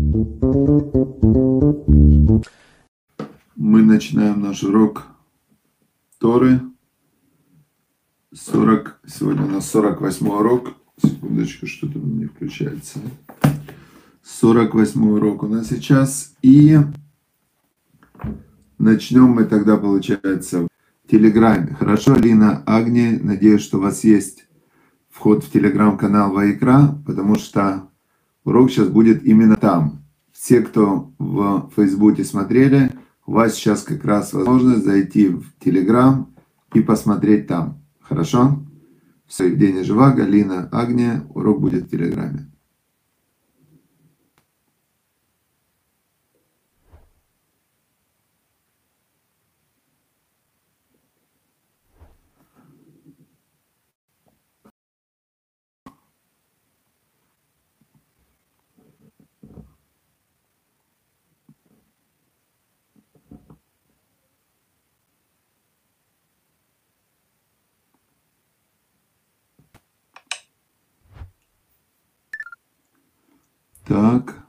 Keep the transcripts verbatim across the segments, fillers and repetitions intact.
Мы начинаем наш урок Торы. сорок, сегодня у нас сорок восьмой урок. Секундочку, что-то у меня не включается. сорок восьмой урок у нас сейчас. И начнем мы тогда, получается, в Телеграме. Хорошо, Лина, Агния, надеюсь, что у вас есть вход в Телеграм-канал Ваикра, потому что урок сейчас будет именно там. Все, кто в Фейсбуке смотрели, у вас сейчас как раз возможность зайти в Телеграм и посмотреть там. Хорошо? Все, Евгения Живаго, Лина, Агния. Урок будет в Телеграме. Так.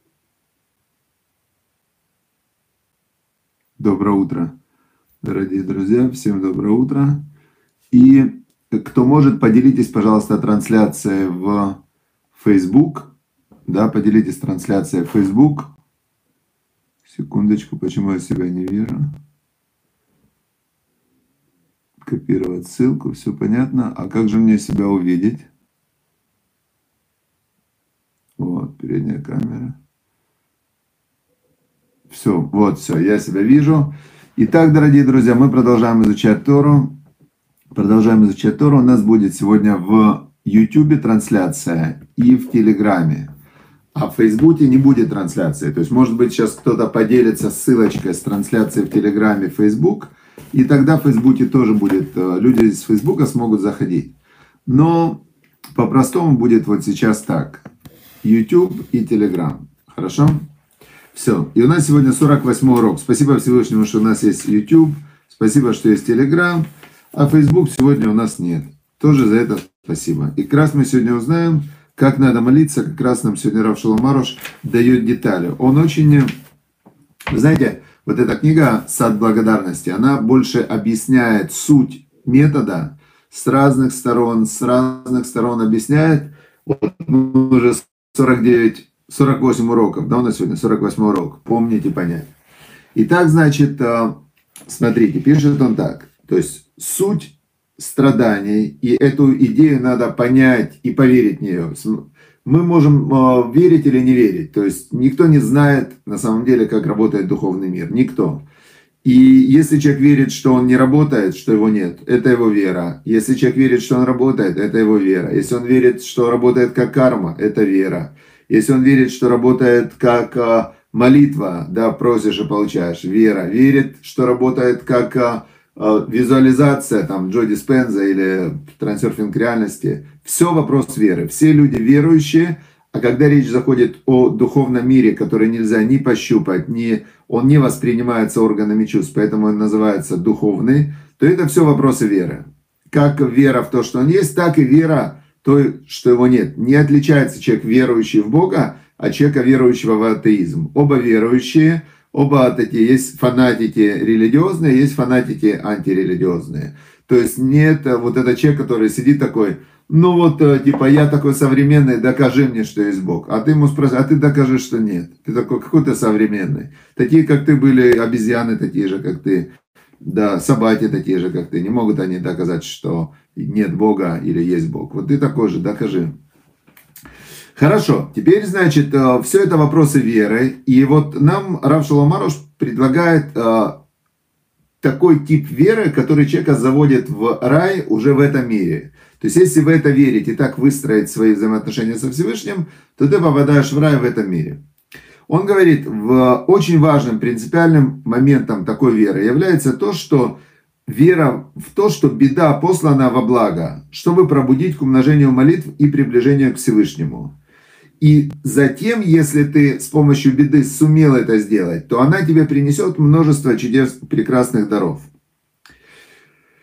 Доброе утро, дорогие друзья. Всем доброе утро. И кто может, поделитесь, пожалуйста, трансляцией в Facebook. Да, поделитесь трансляцией в Facebook. Секундочку, почему я себя не вижу. Копировать ссылку, все понятно. А как же мне себя увидеть? Вот, передняя камера. Все, вот, все, я себя вижу. Итак, дорогие друзья, мы продолжаем изучать Тору. Продолжаем изучать Тору. У нас будет сегодня в YouTube трансляция и в Телеграме. А в Фейсбуке не будет трансляции. То есть, может быть, сейчас кто-то поделится ссылочкой с трансляцией в Телеграме, в Фейсбук. И тогда в Фейсбуке тоже будет, люди из Фейсбука смогут заходить. Но по-простому будет вот сейчас так. YouTube и Telegram. Хорошо? Все. И у нас сегодня сорок восьмой урок. Спасибо Всевышнему, что у нас есть YouTube. Спасибо, что есть Telegram. А Facebook сегодня у нас нет. Тоже за это спасибо. И как раз мы сегодня узнаем, как надо молиться. Как раз нам сегодня Рав Шолом Аруш дает детали. Он очень... Вы знаете, вот эта книга «Сад благодарности», она больше объясняет суть метода с разных сторон. С разных сторон объясняет. Вот мы уже сорок девять, сорок восемь уроков, да, у нас сегодня сорок восьмой урок, помните, понять. Итак, значит, смотрите, пишет он так, то есть суть страданий, и эту идею надо понять и поверить в нее. Мы можем верить или не верить, то есть никто не знает на самом деле, как работает духовный мир, никто. И если человек верит, что он не работает, что его нет, это его вера. Если человек верит, что он работает, это его вера. Если он верит, что работает как карма, это вера. Если он верит, что работает как молитва, да, просишь и получаешь, вера. Верит, что работает как визуализация, там, Джо Диспенза или трансерфинг реальности. Все вопрос веры. Все люди верующие. А когда речь заходит о духовном мире, который нельзя ни пощупать, ни, он не воспринимается органами чувств, поэтому он называется духовный, то это все вопросы веры. Как вера в то, что он есть, так и вера в то, что его нет. Не отличается человек, верующий в Бога, от человека, верующего в атеизм. Оба верующие, оба такие, есть фанатики религиозные, есть фанатики антирелигиозные. То есть нет вот этот человек, который сидит такой... Ну вот, типа, я такой современный, докажи мне, что есть Бог. А ты ему спрашиваешь, а ты докажи, что нет. Ты такой, какой ты современный. Такие, как ты, были обезьяны такие же, как ты. Да, собаки такие же, как ты. Не могут они доказать, что нет Бога или есть Бог. Вот ты такой же, докажи. Хорошо, теперь, значит, все это вопросы веры. И вот нам Рав Шолом Аруш предлагает такой тип веры, который человека заводит в рай уже в этом мире. То есть, если в это верить и так выстроить свои взаимоотношения со Всевышним, то ты попадаешь в рай в этом мире. Он говорит, в очень важным принципиальным моментом такой веры является то, что вера в то, что беда послана во благо, чтобы пробудить к умножению молитв и приближению к Всевышнему. И затем, если ты с помощью беды сумел это сделать, то она тебе принесет множество чудес, прекрасных даров.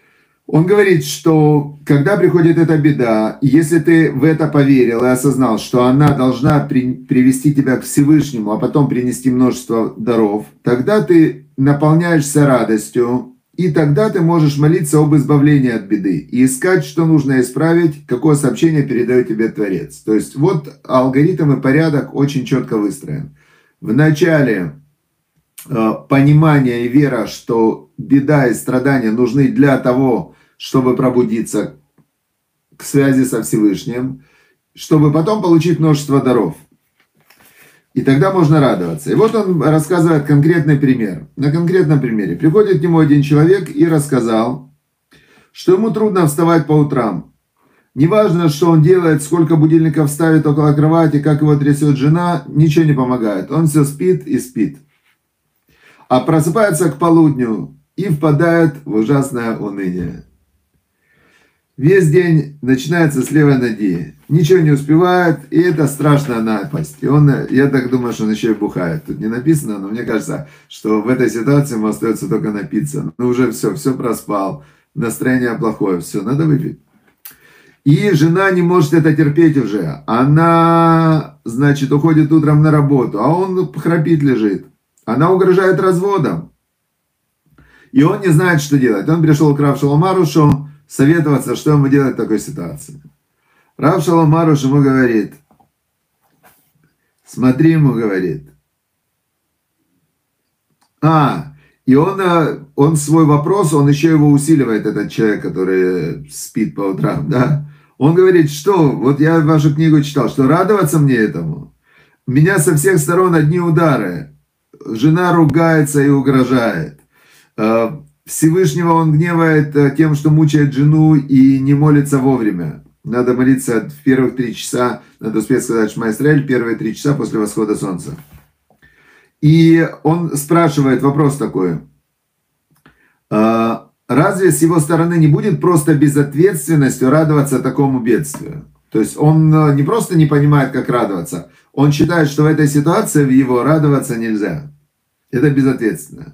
Он говорит, что когда приходит эта беда, если ты в это поверил и осознал, что она должна при, привести тебя к Всевышнему, а потом принести множество даров, тогда ты наполняешься радостью, и тогда ты можешь молиться об избавлении от беды и искать, что нужно исправить, какое сообщение передает тебе Творец. То есть вот алгоритм и порядок очень четко выстроен. Вначале э, понимание и вера, что беда и страдания нужны для того, чтобы пробудиться к связи со Всевышним, чтобы потом получить множество даров. И тогда можно радоваться. И вот он рассказывает конкретный пример. На конкретном примере. Приходит к нему один человек и рассказал, что ему трудно вставать по утрам. Неважно, что он делает, сколько будильников ставит около кровати, как его трясет жена, ничего не помогает. Он все спит и спит. А просыпается к полудню и впадает в ужасное уныние. Весь день начинается с левой ноги. Ничего не успевает, и это страшная напасть. И он, я так думаю, что он еще и бухает. Тут не написано, но мне кажется, что в этой ситуации ему остается только напиться. Ну уже все, все проспал, настроение плохое, все, надо выпить. И жена не может это терпеть уже. Она, значит, уходит утром на работу, а он храпит, лежит. Она угрожает разводом. И он не знает, что делать. Он пришел к Рав Шолом Арушу советоваться, что ему делать в такой ситуации. Рав Шолом Аруш ему говорит, смотри, ему говорит. А, и он, он свой вопрос, он еще его усиливает, этот человек, который спит по утрам, да. Он говорит, что, вот я вашу книгу читал, что радоваться мне этому. Меня со всех сторон одни удары. Жена ругается и угрожает. Всевышнего он гневает тем, что мучает жену и не молится вовремя. Надо молиться в первых три часа, надо успеть сказать Шма Исраэль, первые три часа после восхода солнца. И он спрашивает вопрос такой. Разве с его стороны не будет просто безответственностью радоваться такому бедствию? То есть он не просто не понимает, как радоваться, он считает, что в этой ситуации в его радоваться нельзя. Это безответственно.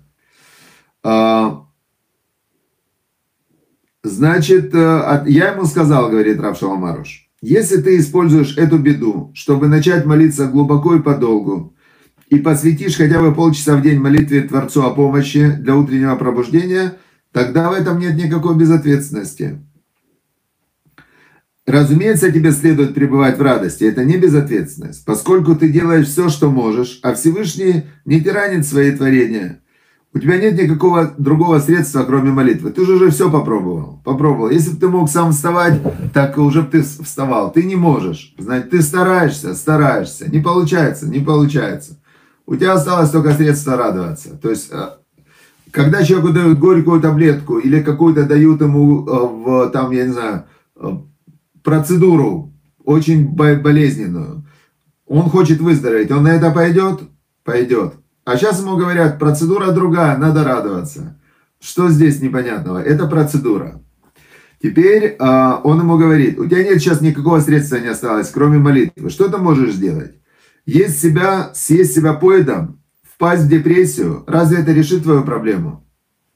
Значит, я ему сказал, говорит Рав Шолом Аруш, если ты используешь эту беду, чтобы начать молиться глубоко и подолгу, и посвятишь хотя бы полчаса в день молитве Творцу о помощи для утреннего пробуждения, тогда в этом нет никакой безответственности. Разумеется, тебе следует пребывать в радости, это не безответственность, поскольку ты делаешь все, что можешь, а Всевышний не тиранит свои творения. У тебя нет никакого другого средства, кроме молитвы. Ты же уже все попробовал. Попробовал. Если бы ты мог сам вставать, так уже бы ты вставал. Ты не можешь. Значит, ты стараешься, стараешься. Не получается, не получается. У тебя осталось только средство радоваться. То есть, когда человеку дают горькую таблетку или какую-то дают ему, в, там, я не знаю, процедуру очень болезненную, он хочет выздороветь. Он на это пойдет? Пойдет. А сейчас ему говорят, процедура другая, надо радоваться. Что здесь непонятного? Это процедура. Теперь э, он ему говорит, у тебя нет сейчас никакого средства не осталось, кроме молитвы. Что ты можешь сделать? Есть себя, съесть себя поедом, впасть в депрессию. Разве это решит твою проблему?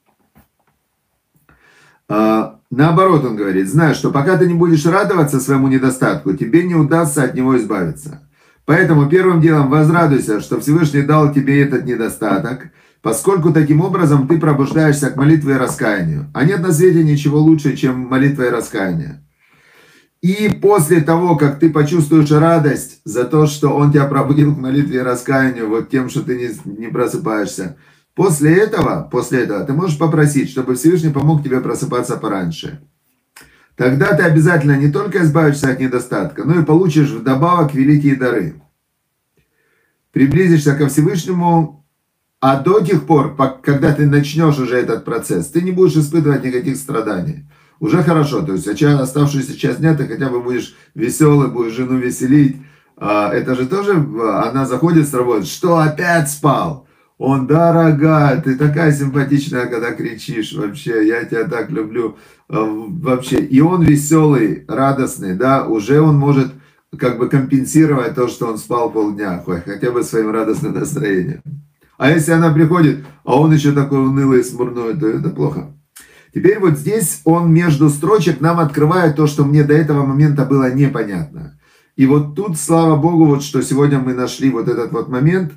Э, наоборот, он говорит, знай, что пока ты не будешь радоваться своему недостатку, тебе не удастся от него избавиться. Поэтому первым делом возрадуйся, что Всевышний дал тебе этот недостаток, поскольку таким образом ты пробуждаешься к молитве и раскаянию. А нет на свете ничего лучше, чем молитва и раскаяние. И после того, как ты почувствуешь радость за то, что Он тебя пробудил к молитве и раскаянию, вот тем, что ты не, не просыпаешься, после этого, после этого ты можешь попросить, чтобы Всевышний помог тебе просыпаться пораньше. Тогда ты обязательно не только избавишься от недостатка, но и получишь вдобавок великие дары. Приблизишься ко Всевышнему, а до тех пор, когда ты начнешь уже этот процесс, ты не будешь испытывать никаких страданий. Уже хорошо, то есть оставшуюся часть дня ты хотя бы будешь веселый, будешь жену веселить. Это же тоже, она заходит с работы, что опять спал? Он, дорогая, ты такая симпатичная, когда кричишь, вообще, я тебя так люблю, вообще. И он веселый, радостный, да, уже он может как бы компенсировать то, что он спал полдня, хотя бы своим радостным настроением. А если она приходит, а он еще такой унылый, смурной, то это плохо. Теперь вот здесь он между строчек нам открывает то, что мне до этого момента было непонятно. И вот тут, слава Богу, вот что сегодня мы нашли вот этот вот момент.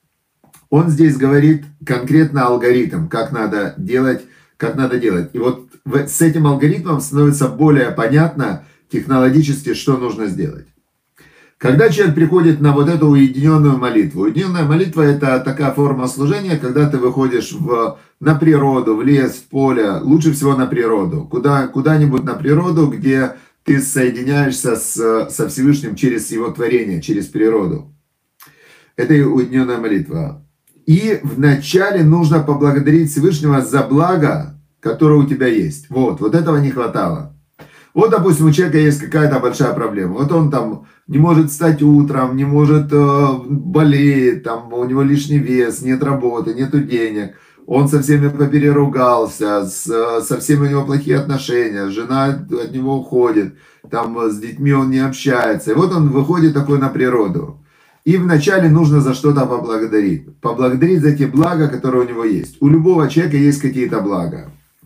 Он здесь говорит конкретно алгоритм, как надо делать, как надо делать. И вот с этим алгоритмом становится более понятно технологически, что нужно сделать. Когда человек приходит на вот эту уединенную молитву. Уединенная молитва — это такая форма служения, когда ты выходишь в, на природу, в лес, в поле, лучше всего на природу, куда, куда-нибудь на природу, где ты соединяешься с, со Всевышним через его творение, через природу. Это и уединенная молитва. И вначале нужно поблагодарить Всевышнего за благо, которое у тебя есть. Вот, вот этого не хватало. Вот, допустим, у человека есть какая-то большая проблема. Вот он там не может встать утром, не может, э, болеет, там, у него лишний вес, нет работы, нету денег. Он со всеми попереругался, с, со всеми у него плохие отношения, жена от него уходит, там, с детьми он не общается. И вот он выходит такой на природу. И вначале нужно за что-то поблагодарить. Поблагодарить за те блага, которые у него есть. У любого человека есть какие-то блага.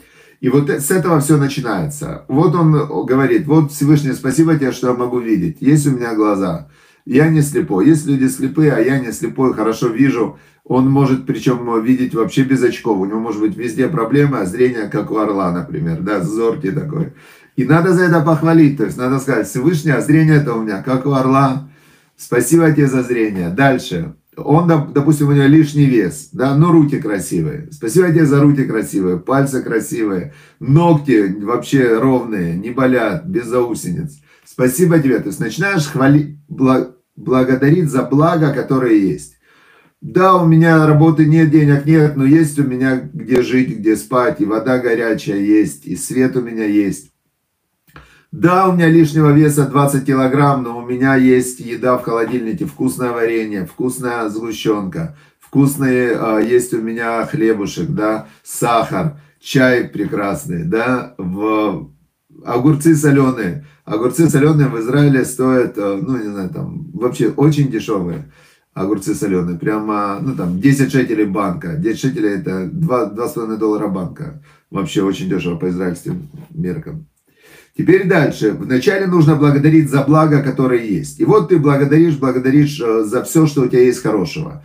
И вот с этого все начинается. Вот он говорит: вот Всевышний, спасибо тебе, что я могу видеть. Есть у меня глаза. Я не слепой. Есть люди слепые, а я не слепой, хорошо вижу. Он может, причем, видеть вообще без очков. У него может быть везде проблемы, а зрение как у орла, например. Да, зоркий такой. И надо за это похвалить. То есть надо сказать: Всевышний, а зрение-то у меня как у орла. Спасибо тебе за зрение. Дальше. Он, допустим, у него лишний вес, да, но руки красивые. Спасибо тебе за руки красивые, пальцы красивые, ногти вообще ровные, не болят, без заусениц. Спасибо тебе. То есть начинаешь хвалить, благодарить за благо, которое есть. Да, у меня работы нет, денег нет, но есть у меня где жить, где спать, и вода горячая есть, и свет у меня есть. Да, у меня лишнего веса двадцать килограмм, но у меня есть еда в холодильнике, вкусное варенье, вкусная сгущенка, вкусные, а, есть у меня хлебушек, да, сахар, чай прекрасный, да, в, огурцы соленые. Огурцы соленые в Израиле стоят, ну, не знаю, там, вообще очень дешевые огурцы соленые, прямо, ну, там, десять шекелей банка, десять шекелей это два с половиной доллара банка, вообще очень дешево по израильским меркам. Теперь дальше. Вначале нужно благодарить за благо, которое есть. И вот ты благодаришь, благодаришь за все, что у тебя есть хорошего.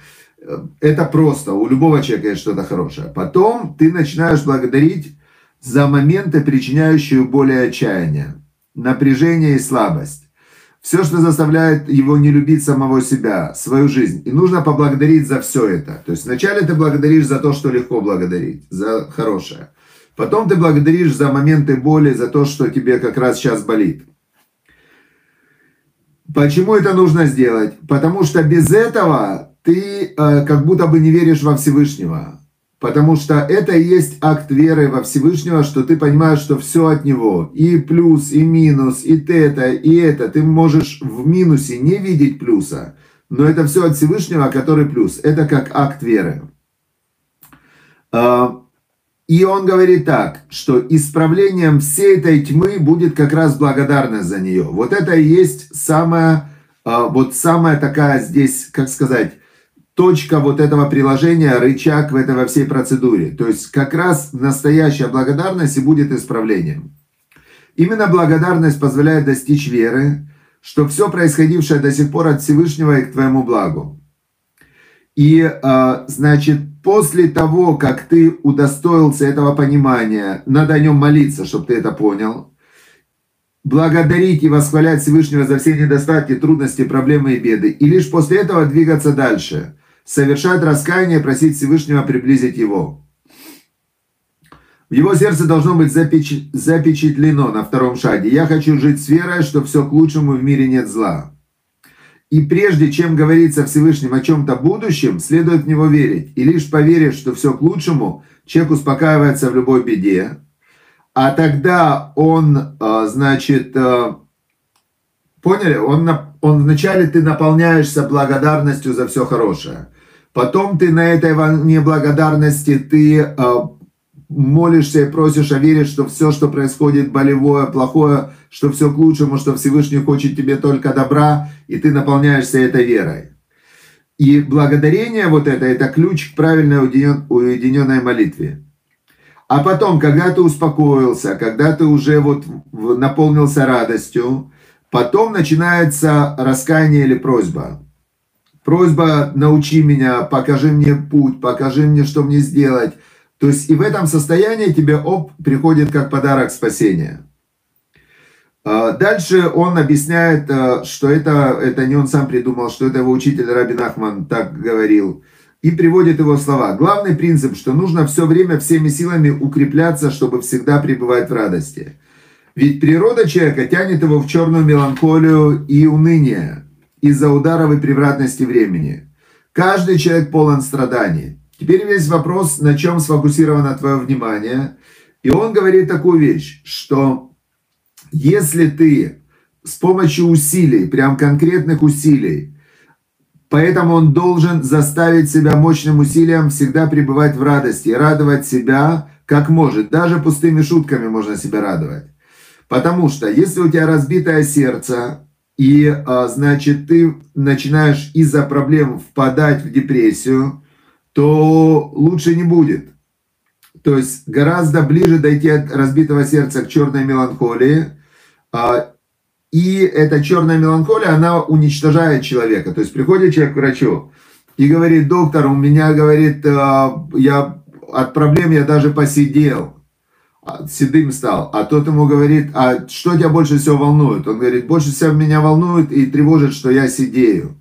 Это просто. У любого человека есть что-то хорошее. Потом ты начинаешь благодарить за моменты, причиняющие боль и отчаяние, напряжение и слабость. Все, что заставляет его не любить самого себя, свою жизнь. И нужно поблагодарить за все это. То есть вначале ты благодаришь за то, что легко благодарить, за хорошее. Потом ты благодаришь за моменты боли, за то, что тебе как раз сейчас болит. Почему это нужно сделать? Потому что без этого ты э, как будто бы не веришь во Всевышнего. Потому что это и есть акт веры во Всевышнего, что ты понимаешь, что все от Него. И плюс, и минус, и это, и это. Ты можешь в минусе не видеть плюса, но это все от Всевышнего, который плюс. Это как акт веры. И он говорит так, что исправлением всей этой тьмы будет как раз благодарность за нее. Вот это и есть самая, вот самая такая здесь, как сказать, точка вот этого приложения, рычаг в этой во всей процедуре. То есть как раз настоящая благодарность и будет исправлением. Именно благодарность позволяет достичь веры, что все происходившее до сих пор от Всевышнего и к твоему благу. И, значит, после того, как ты удостоился этого понимания, надо о нем молиться, чтобы ты это понял, благодарить и восхвалять Всевышнего за все недостатки, трудности, проблемы и беды. И лишь после этого двигаться дальше, совершать раскаяние, просить Всевышнего приблизить его. В его сердце должно быть запеч... запечатлено на втором шаге: я хочу жить с верой, что все к лучшему, в мире нет зла. И прежде чем говорить со Всевышним о чем-то будущем, следует в него верить. И лишь поверив, что все к лучшему, человек успокаивается в любой беде. А тогда он, значит, поняли, он, он вначале ты наполняешься благодарностью за все хорошее. Потом ты на этой волне благодарности ты молишься и просишь, а веришь, что все, что происходит болевое, плохое, что все к лучшему, что Всевышний хочет тебе только добра, и ты наполняешься этой верой. И благодарение вот это, это ключ к правильной уединенной молитве. А потом, когда ты успокоился, когда ты уже вот наполнился радостью, потом начинается раскаяние или просьба. Просьба: научи меня, покажи мне путь, покажи мне, что мне сделать. То есть и в этом состоянии тебе оп, приходит как подарок спасения. Дальше он объясняет, что это, это не он сам придумал, что это его учитель Раби Нахман так говорил. И приводит его слова. Главный принцип, что нужно все время всеми силами укрепляться, чтобы всегда пребывать в радости. Ведь природа человека тянет его в черную меланхолию и уныние из-за ударов и превратности времени. Каждый человек полон страданий. Теперь весь вопрос, на чем сфокусировано твое внимание. И он говорит такую вещь, что если ты с помощью усилий, прям конкретных усилий, поэтому он должен заставить себя мощным усилием всегда пребывать в радости, радовать себя как может. Даже пустыми шутками можно себя радовать. Потому что если у тебя разбитое сердце, и, значит, ты начинаешь из-за проблем впадать в депрессию, то лучше не будет. То есть гораздо ближе дойти от разбитого сердца к черной меланхолии. И эта черная меланхолия, она уничтожает человека. То есть приходит человек к врачу и говорит: доктор, у меня, говорит, я от проблем я даже посидел, седым стал. А тот ему говорит: а что тебя больше всего волнует? Он говорит: больше всего меня волнует и тревожит, что я сидею.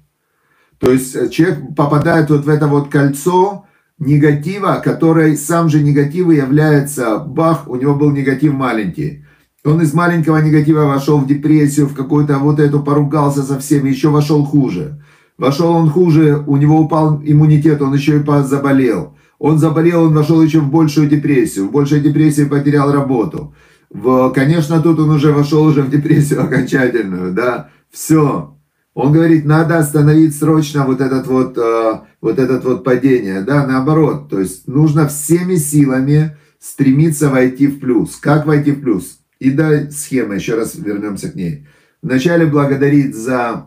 То есть человек попадает вот в это вот кольцо негатива, который сам же негатив является, бах, у него был негатив маленький. Он из маленького негатива вошел в депрессию, в какую-то вот эту, поругался со всеми, еще вошел хуже. Вошел он хуже, у него упал иммунитет, он еще и заболел. Он заболел, он вошел еще в большую депрессию, в большей депрессии потерял работу. В, конечно, тут он уже вошел уже в депрессию окончательную, да, все. Он говорит: надо остановить срочно вот этот вот, э, вот этот вот падение, да, наоборот. То есть нужно всеми силами стремиться войти в плюс. Как войти в плюс? И да, схема, еще раз вернемся к ней. Вначале благодарить за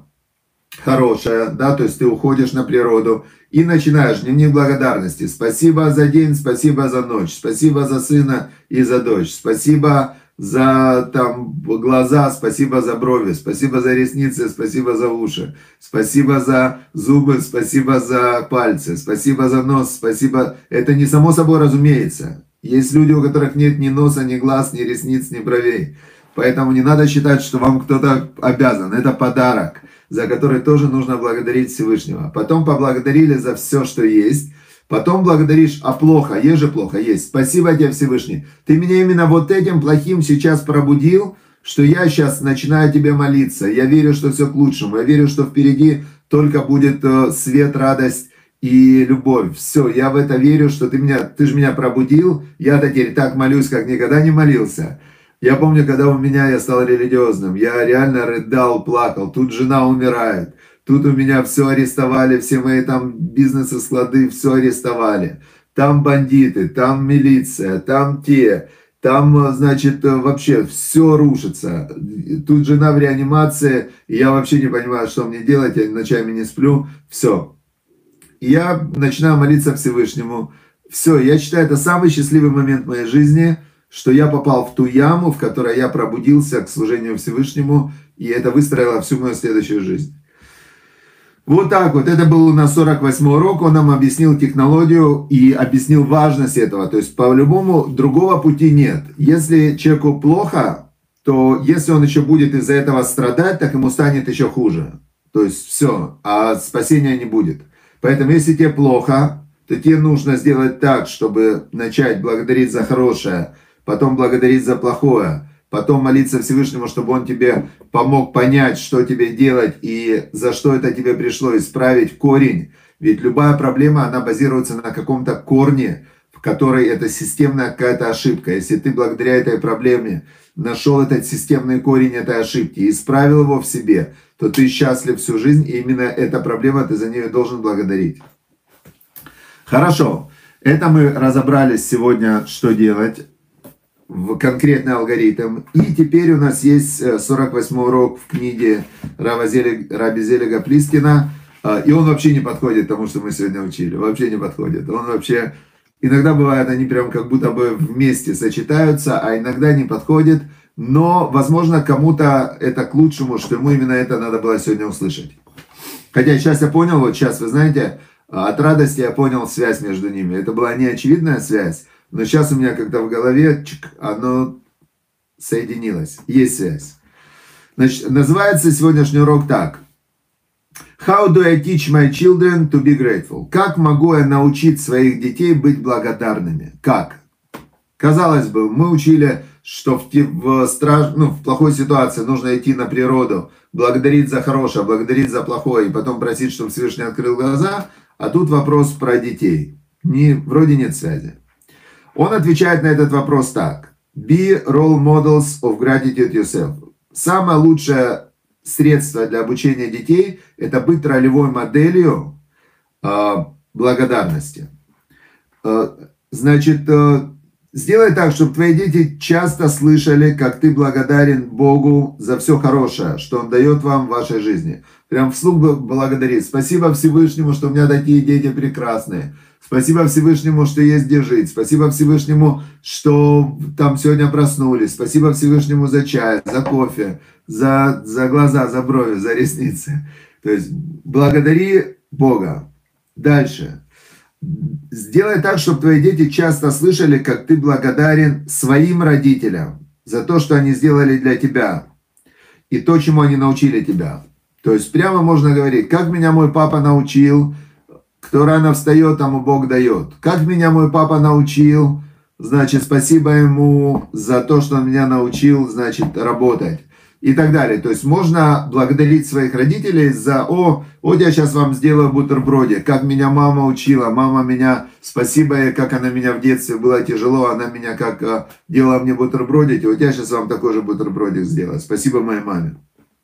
хорошее, да, то есть ты уходишь на природу и начинаешь дневник благодарности. Спасибо за день, спасибо за ночь, спасибо за сына и за дочь, спасибо за там глаза, спасибо за брови, спасибо за ресницы, спасибо за уши, спасибо за зубы, спасибо за пальцы, спасибо за нос, спасибо. Это не само собой разумеется. Есть люди, у которых нет ни носа, ни глаз, ни ресниц, ни бровей. Поэтому не надо считать, что вам кто-то обязан. Это подарок, за который тоже нужно благодарить Всевышнего. Потом поблагодарили за все, что есть. Потом благодаришь: а плохо, есть же плохо, есть. Спасибо тебе, Всевышний. Ты меня именно вот этим плохим сейчас пробудил, что я сейчас начинаю тебе молиться. Я верю, что все к лучшему. Я верю, что впереди только будет свет, радость и любовь. Все, я в это верю, что ты меня, ты же меня пробудил. Я-то теперь так молюсь, как никогда не молился. Я помню, когда у меня я стал религиозным, я реально рыдал, плакал. Тут жена умирает. Тут у меня все арестовали, все мои там бизнесы, склады, все арестовали. Там бандиты, там милиция, там те, там, значит, вообще все рушится. Тут жена в реанимации, и я вообще не понимаю, что мне делать, я ночами не сплю, все. И я начинаю молиться Всевышнему. Все, я считаю, это самый счастливый момент в моей жизни, что я попал в ту яму, в которой я пробудился к служению Всевышнему, и это выстроило всю мою следующую жизнь. Вот так вот, это был у нас сорок восьмой урок, он нам объяснил технологию и объяснил важность этого. То есть, по-любому, другого пути нет. Если человеку плохо, то если он еще будет из-за этого страдать, так ему станет еще хуже. То есть, все, а спасения не будет. Поэтому, если тебе плохо, то тебе нужно сделать так, чтобы начать благодарить за хорошее, потом благодарить за плохое, потом молиться Всевышнему, чтобы он тебе помог понять, что тебе делать и за что это тебе пришло, исправить корень. Ведь любая проблема, она базируется на каком-то корне, в которой это системная какая-то ошибка. Если ты благодаря этой проблеме нашел этот системный корень этой ошибки и исправил его в себе, то ты счастлив всю жизнь, и именно эта проблема, ты за нее должен благодарить. Хорошо, это мы разобрались сегодня, что делать, в конкретный алгоритм. И теперь у нас есть сорок восьмой урок в книге Раби Зелега Плискина, и он вообще не подходит тому, что мы сегодня учили, вообще не подходит. Он вообще Иногда бывает, они прям как будто бы вместе сочетаются, а иногда не подходят. Но, возможно, кому-то это к лучшему, что ему именно это надо было сегодня услышать. Хотя сейчас я понял, вот сейчас, вы знаете, от радости я понял связь между ними. Это была не очевидная связь, но сейчас у меня как-то в голове чик, оно соединилось. Есть связь. Значит, называется сегодняшний урок так. How do I teach my children to be grateful? Как могу я научить своих детей быть благодарными? Как? Казалось бы, мы учили, что в, в, страш... ну, в плохой ситуации нужно идти на природу, благодарить за хорошее, благодарить за плохое, и потом просить, чтобы Всевышний открыл глаза. А тут вопрос про детей. Не, вроде нет связи. Он отвечает на этот вопрос так. Be role models of gratitude yourself. Самое лучшее средство для обучения детей – это быть ролевой моделью э, благодарности. Э, значит, э, сделай так, чтобы твои дети часто слышали, как ты благодарен Богу за все хорошее, что Он дает вам в вашей жизни. Прям вслух благодарить. Спасибо Всевышнему, что у меня такие дети прекрасные. Спасибо Всевышнему, что есть где жить. Спасибо Всевышнему, что там сегодня проснулись. Спасибо Всевышнему за чай, за кофе, за, за глаза, за брови, за ресницы. То есть благодари Бога. Дальше. Сделай так, чтобы твои дети часто слышали, как ты благодарен своим родителям за то, что они сделали для тебя. И то, чему они научили тебя. То есть прямо можно говорить, как меня мой папа научил, кто рано встает, тому Бог дает. Как меня мой папа научил, значит, спасибо ему за то, что он меня научил, значит, работать. И так далее. То есть можно благодарить своих родителей за, о, вот я сейчас вам сделаю бутербродик, как меня мама учила, мама меня, спасибо, как она меня в детстве, было тяжело, она меня как делала мне бутербродик, и вот я сейчас вам такой же бутербродик сделаю. Спасибо моей маме.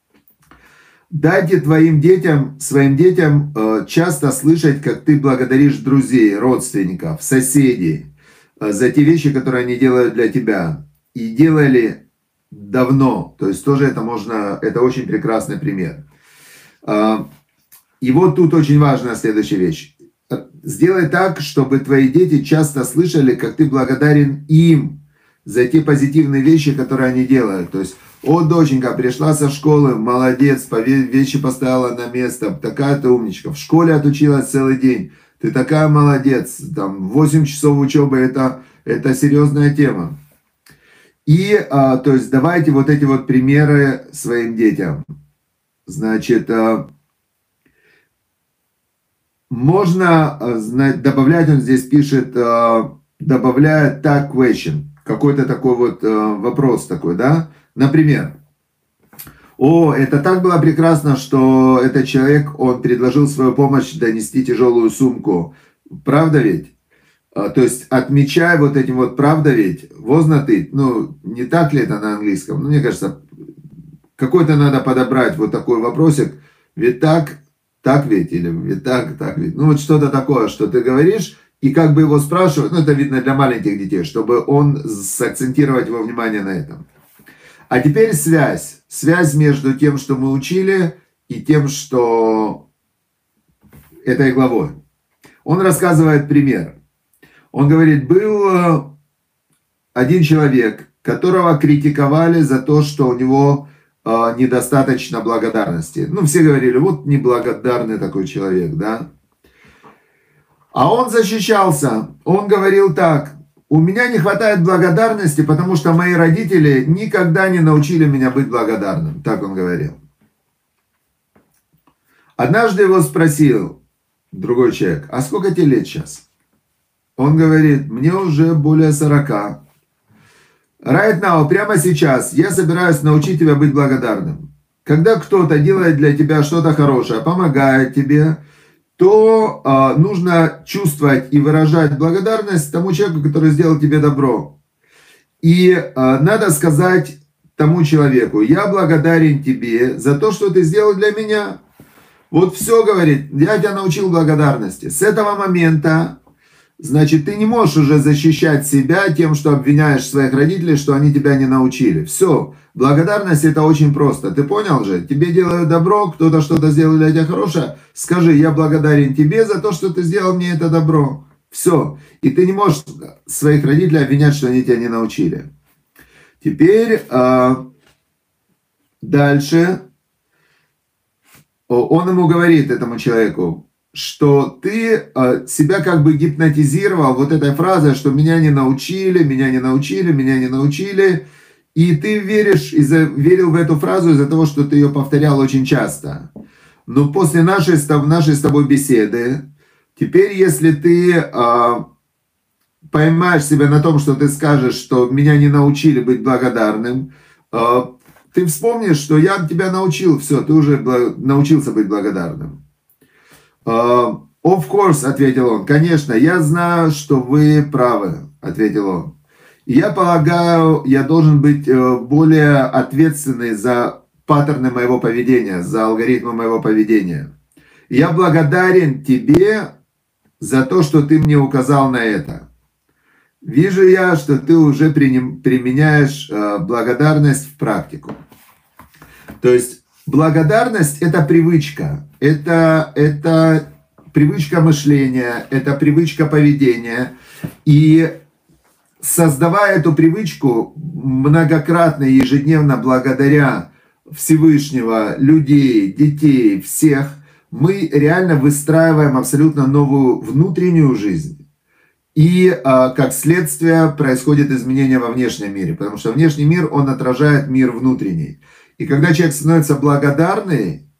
Дайте твоим детям, своим детям э, часто слышать, как ты благодаришь друзей, родственников, соседей э, за те вещи, которые они делают для тебя. И делали давно. То есть тоже это можно, это очень прекрасный пример. Э, и вот тут очень важная следующая вещь. Сделай так, чтобы твои дети часто слышали, как ты благодарен им за те позитивные вещи, которые они делают. То есть, о, доченька, пришла со школы, молодец, вещи поставила на место, такая ты умничка. В школе отучилась целый день, ты такая молодец. Там восемь часов учебы, это, это серьезная тема. И, а, то есть, давайте вот эти вот примеры своим детям. Значит, а, можно а, добавлять, он здесь пишет, а, добавляет tag question. Какой-то такой вот э, вопрос такой, да? Например, о, это так было прекрасно, что этот человек, он предложил свою помощь донести тяжелую сумку. Правда ведь? А, то есть отмечай вот этим вот, правда ведь? Возна ты, ну, не так ли это на английском? Ну, мне кажется, какой-то надо подобрать вот такой вопросик. Ведь так, так ведь? Или ведь так, так ведь? Ну, вот что-то такое, что ты говоришь. И как бы его спрашивают, ну это видно для маленьких детей, чтобы он сакцентировать его внимание на этом. А теперь связь. Связь между тем, что мы учили, и тем, что этой главой. Он рассказывает пример. Он говорит, был один человек, которого критиковали за то, что у него э, недостаточно благодарности. Ну все говорили, вот неблагодарный такой человек, да. А он защищался, он говорил так, у меня не хватает благодарности, потому что мои родители никогда не научили меня быть благодарным, так он говорил. Однажды его спросил другой человек, а сколько тебе лет сейчас? Он говорит, мне уже более сорока. Right now, прямо сейчас, я собираюсь научить тебя быть благодарным. Когда кто-то делает для тебя что-то хорошее, помогает тебе, то э, нужно чувствовать и выражать благодарность тому человеку, который сделал тебе добро. И э, надо сказать тому человеку, я благодарен тебе за то, что ты сделал для меня. Вот все, говорит, я тебя научил благодарности. С этого момента, значит, ты не можешь уже защищать себя тем, что обвиняешь своих родителей, что они тебя не научили. Все. Благодарность это очень просто. Ты понял же? Тебе делают добро, кто-то что-то сделал для тебя хорошее. Скажи, я благодарен тебе за то, что ты сделал мне это добро. Все. И ты не можешь своих родителей обвинять, что они тебя не научили. Теперь дальше он ему говорит, этому человеку, что ты себя как бы гипнотизировал вот этой фразой, что меня не научили, меня не научили, меня не научили. И ты веришь, из-за, верил в эту фразу из-за того, что ты ее повторял очень часто. Но после нашей, нашей с тобой беседы, теперь если ты а, поймаешь себя на том, что ты скажешь, что меня не научили быть благодарным, а, ты вспомнишь, что я тебя научил, все, ты уже научился быть благодарным. Uh, of course, ответил он, конечно, я знаю, что вы правы, ответил он. И я полагаю, я должен быть uh, более ответственный за паттерны моего поведения, за алгоритмы моего поведения. И я благодарен тебе за то, что ты мне указал на это. Вижу я, что ты уже применяешь uh, благодарность в практику. То есть благодарность – это привычка, это, это привычка мышления, это привычка поведения. И создавая эту привычку многократно и ежедневно благодаря Всевышнего, людей, детей, всех, мы реально выстраиваем абсолютно новую внутреннюю жизнь. И а, как следствие происходит изменение во внешнем мире, потому что внешний мир, он отражает мир внутренний. И когда человек становится благодарный,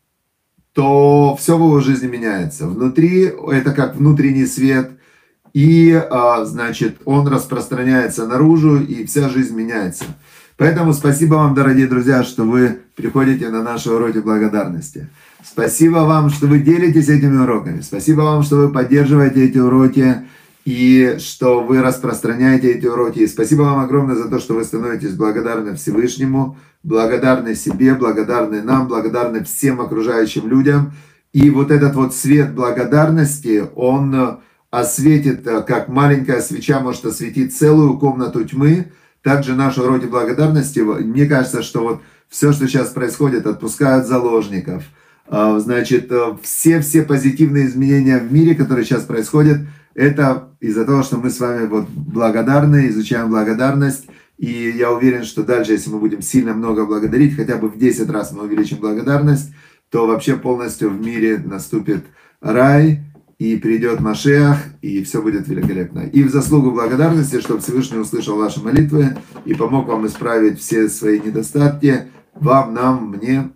то все в его жизни меняется. Внутри это как внутренний свет, и, а, значит, он распространяется наружу, и вся жизнь меняется. Поэтому спасибо вам, дорогие друзья, что вы приходите на наши уроки благодарности. Спасибо вам, что вы делитесь этими уроками. Спасибо вам, что вы поддерживаете эти уроки, и что вы распространяете эти уроки. И спасибо вам огромное за то, что вы становитесь благодарны Всевышнему, благодарны себе, благодарны нам, благодарны всем окружающим людям. И вот этот вот свет благодарности, он осветит, как маленькая свеча может осветить целую комнату тьмы. Также наши уроки благодарности, мне кажется, что вот все, что сейчас происходит, отпускают заложников. Значит, все-все позитивные изменения в мире, которые сейчас происходят, это из-за того, что мы с вами вот благодарны, изучаем благодарность. И я уверен, что дальше, если мы будем сильно много благодарить, хотя бы в десять раз мы увеличим благодарность, то вообще полностью в мире наступит рай, и придет Машиах, и все будет великолепно. И в заслугу благодарности, чтобы Всевышний услышал ваши молитвы и помог вам исправить все свои недостатки, вам, нам, мне,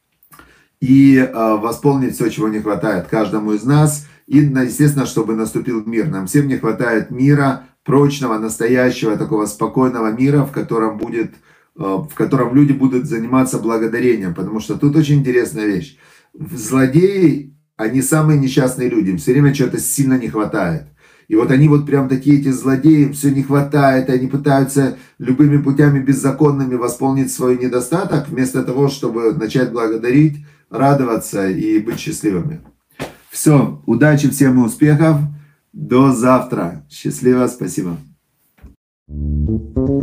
и э, восполнить все, чего не хватает каждому из нас. И, естественно, чтобы наступил мир. Нам всем не хватает мира, прочного, настоящего, такого спокойного мира, в котором будет, в котором люди будут заниматься благодарением. Потому что тут очень интересная вещь. Злодеи, они самые несчастные люди. Им все время чего-то сильно не хватает. И вот они вот прям такие эти злодеи, им все не хватает, и они пытаются любыми путями беззаконными восполнить свой недостаток, вместо того, чтобы начать благодарить, радоваться и быть счастливыми. Все, удачи всем и успехов. До завтра. Счастливо, спасибо.